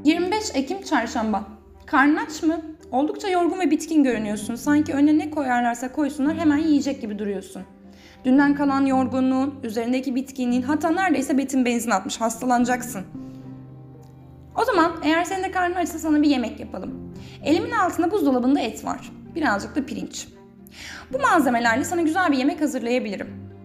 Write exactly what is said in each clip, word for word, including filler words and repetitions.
yirmi beş Ekim Çarşamba. Karnın aç mı? Oldukça yorgun ve bitkin görünüyorsun. Sanki önüne ne koyarlarsa koysunlar hemen yiyecek gibi duruyorsun. Dünden kalan yorgunluğun, üzerindeki bitkinliğin, hatta neredeyse betin benzin atmış, hastalanacaksın. O zaman eğer senin de karnın açsa sana bir yemek yapalım. Elimin altında buzdolabında et var. Birazcık da pirinç. Bu malzemelerle sana güzel bir yemek hazırlayabilirim.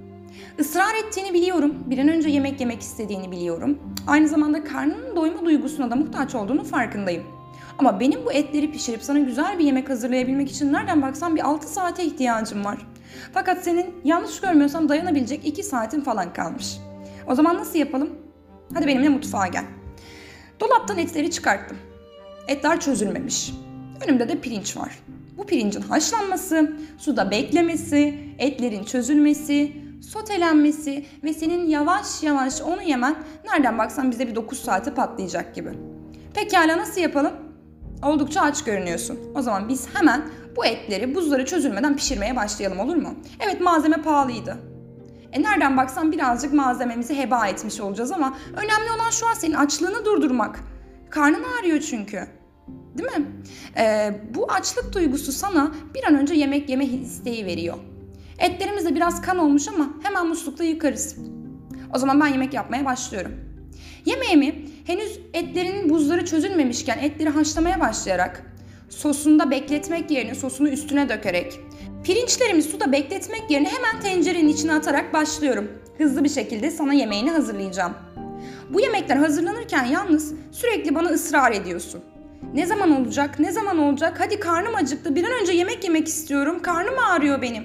Israr ettiğini biliyorum. Bir an önce yemek yemek istediğini biliyorum. Aynı zamanda karnının doyma duygusuna da muhtaç olduğunu farkındayım. Ama benim bu etleri pişirip sana güzel bir yemek hazırlayabilmek için nereden baksan bir altı saate ihtiyacım var. Fakat senin yanlış görmüyorsam dayanabilecek iki saatin falan kalmış. O zaman nasıl yapalım? Hadi benimle mutfağa gel. Dolaptan etleri çıkarttım. Etler çözülmemiş. Önümde de pirinç var. Bu pirincin haşlanması, suda beklemesi, etlerin çözülmesi, sotelenmesi ve senin yavaş yavaş onu yemen nereden baksan bize bir dokuz saate patlayacak gibi. Pekala, nasıl yapalım? Oldukça aç görünüyorsun. O zaman biz hemen bu etleri buzları çözülmeden pişirmeye başlayalım, olur mu? Evet, malzeme pahalıydı. E nereden baksan birazcık malzememizi heba etmiş olacağız ama önemli olan şu an senin açlığını durdurmak. Karnın ağrıyor çünkü. Değil mi? Ee, bu açlık duygusu sana bir an önce yemek yeme isteği veriyor. Etlerimiz de biraz kan olmuş ama hemen muslukta yıkarız. O zaman ben yemek yapmaya başlıyorum. Yemeğimi henüz etlerin buzları çözülmemişken etleri haşlamaya başlayarak, sosunda bekletmek yerine sosunu üstüne dökerek, pirinçlerimi suda bekletmek yerine hemen tencerenin içine atarak başlıyorum. Hızlı bir şekilde sana yemeğini hazırlayacağım. Bu yemekler hazırlanırken yalnız sürekli bana ısrar ediyorsun. Ne zaman olacak, ne zaman olacak, hadi karnım acıktı, bir an önce yemek yemek istiyorum, karnım ağrıyor benim.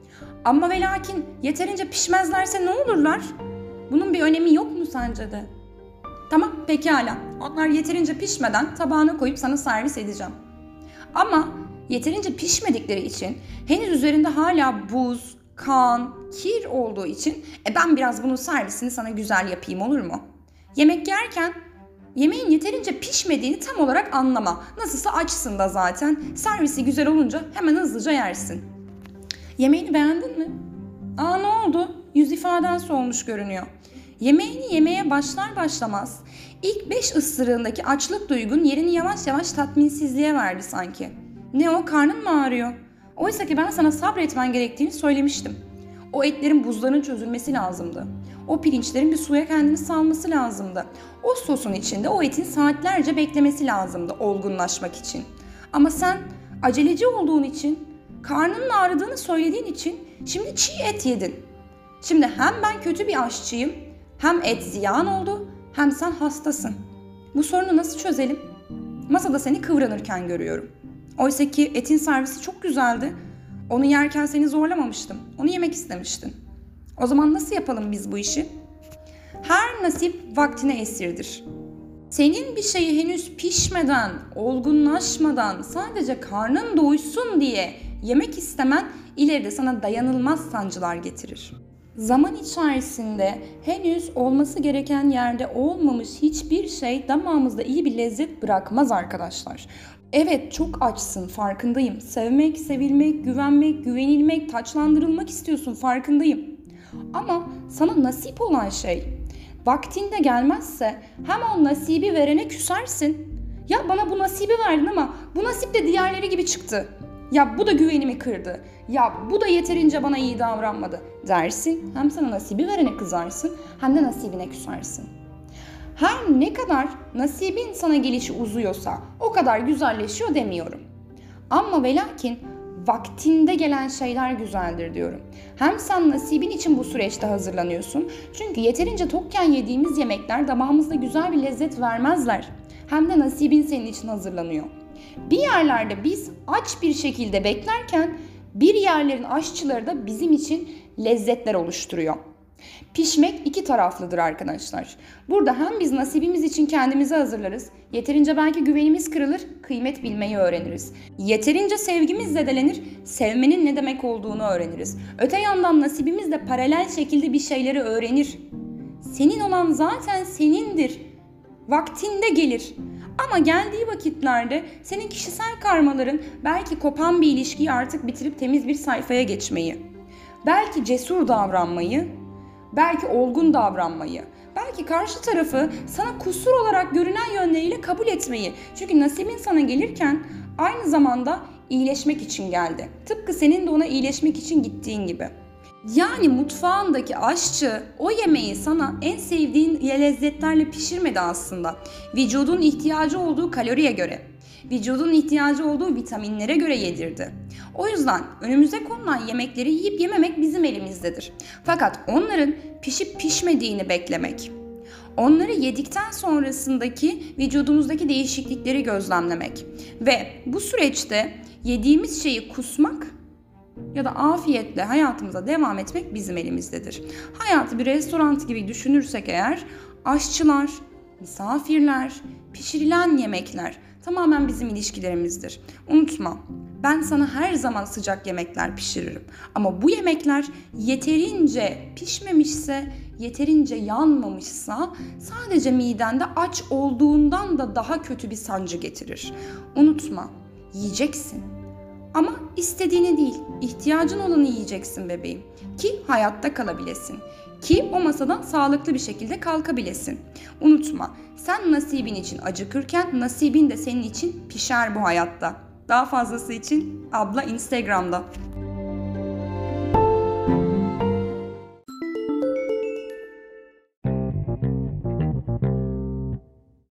Ama ve lakin yeterince pişmezlerse ne olurlar? Bunun bir önemi yok mu sence de? Tamam, pekala. Onlar yeterince pişmeden tabağına koyup sana servis edeceğim. Ama yeterince pişmedikleri için, henüz üzerinde hala buz, kan, kir olduğu için e ben biraz bunun servisini sana güzel yapayım, olur mu? Yemek yerken yemeğin yeterince pişmediğini tam olarak anlama. Nasılsa açsın da zaten. Servisi güzel olunca hemen hızlıca yersin. Yemeğini beğendin mi? Aa, ne oldu? Yüz ifaden solmuş görünüyor. Yemeğini yemeye başlar başlamaz ilk beş ısırığındaki açlık duygun yerini yavaş yavaş tatminsizliğe verdi sanki. Ne o, karnın mı ağrıyor? Oysa ki ben sana sabretmen gerektiğini söylemiştim. O etlerin buzlarının çözülmesi lazımdı. O pirinçlerin bir suya kendini salması lazımdı. O sosun içinde o etin saatlerce beklemesi lazımdı olgunlaşmak için. Ama sen aceleci olduğun için, karnının ağrıdığını söylediğin için şimdi çiğ et yedin. Şimdi hem ben kötü bir aşçıyım, hem et ziyan oldu, hem sen hastasın. Bu sorunu nasıl çözelim? Masada seni kıvranırken görüyorum. Oysa ki etin servisi çok güzeldi. Onu yerken seni zorlamamıştım. Onu yemek istemiştin. O zaman nasıl yapalım biz bu işi? Her nasip vaktine esirdir. Senin bir şeyi henüz pişmeden, olgunlaşmadan, sadece karnın doysun diye yemek istemen ileride sana dayanılmaz sancılar getirir. Zaman içerisinde henüz olması gereken yerde olmamış hiçbir şey damağımızda iyi bir lezzet bırakmaz arkadaşlar. Evet, çok açsın, farkındayım. Sevmek, sevilmek, güvenmek, güvenilmek, taçlandırılmak istiyorsun, farkındayım. Ama sana nasip olan şey vaktinde gelmezse hem o nasibi verene küsersin. Ya bana bu nasibi verdin ama bu nasip de diğerleri gibi çıktı. Ya bu da güvenimi kırdı. Ya bu da yeterince bana iyi davranmadı dersin. Hem sana nasibi verene kızarsın hem de nasibine küsersin. Her ne kadar nasibin sana gelişi uzuyorsa o kadar güzelleşiyor demiyorum. Ama ve lakin vaktinde gelen şeyler güzeldir diyorum. Hem sen nasibin için bu süreçte hazırlanıyorsun. Çünkü yeterince tokken yediğimiz yemekler damağımızda güzel bir lezzet vermezler. Hem de nasibin senin için hazırlanıyor. Bir yerlerde biz aç bir şekilde beklerken bir yerlerin aşçıları da bizim için lezzetler oluşturuyor. Pişmek iki taraflıdır arkadaşlar. Burada hem biz nasibimiz için kendimizi hazırlarız, yeterince belki güvenimiz kırılır, kıymet bilmeyi öğreniriz. Yeterince sevgimiz zedelenir, sevmenin ne demek olduğunu öğreniriz. Öte yandan nasibimiz de paralel şekilde bir şeyleri öğrenir. Senin olan zaten senindir. Vaktinde gelir. Ama geldiği vakitlerde senin kişisel karmaların belki kopan bir ilişkiyi artık bitirip temiz bir sayfaya geçmeyi, belki cesur davranmayı, belki olgun davranmayı, belki ki karşı tarafı sana kusur olarak görünen yönleriyle kabul etmeyi. Çünkü nasibin sana gelirken aynı zamanda iyileşmek için geldi. Tıpkı senin de ona iyileşmek için gittiğin gibi. Yani mutfağındaki aşçı o yemeği sana en sevdiğin lezzetlerle pişirmedi aslında. Vücudun ihtiyacı olduğu kaloriye göre, vücudun ihtiyacı olduğu vitaminlere göre yedirdi. O yüzden önümüze konulan yemekleri yiyip yememek bizim elimizdedir. Fakat onların pişip pişmediğini beklemek, onları yedikten sonrasındaki vücudumuzdaki değişiklikleri gözlemlemek ve bu süreçte yediğimiz şeyi kusmak ya da afiyetle hayatımıza devam etmek bizim elimizdedir. Hayatı bir restoran gibi düşünürsek eğer, aşçılar, misafirler, pişirilen yemekler tamamen bizim ilişkilerimizdir. Unutma, ben sana her zaman sıcak yemekler pişiririm. Ama bu yemekler yeterince pişmemişse, yeterince yanmamışsa sadece midende aç olduğundan da daha kötü bir sancı getirir. Unutma, yiyeceksin. Ama istediğini değil, ihtiyacın olanı yiyeceksin bebeğim. Ki hayatta kalabilesin. Ki o masadan sağlıklı bir şekilde kalkabilesin. Unutma, sen nasibin için acıkırken nasibin de senin için pişer bu hayatta. Daha fazlası için abla Instagram'da.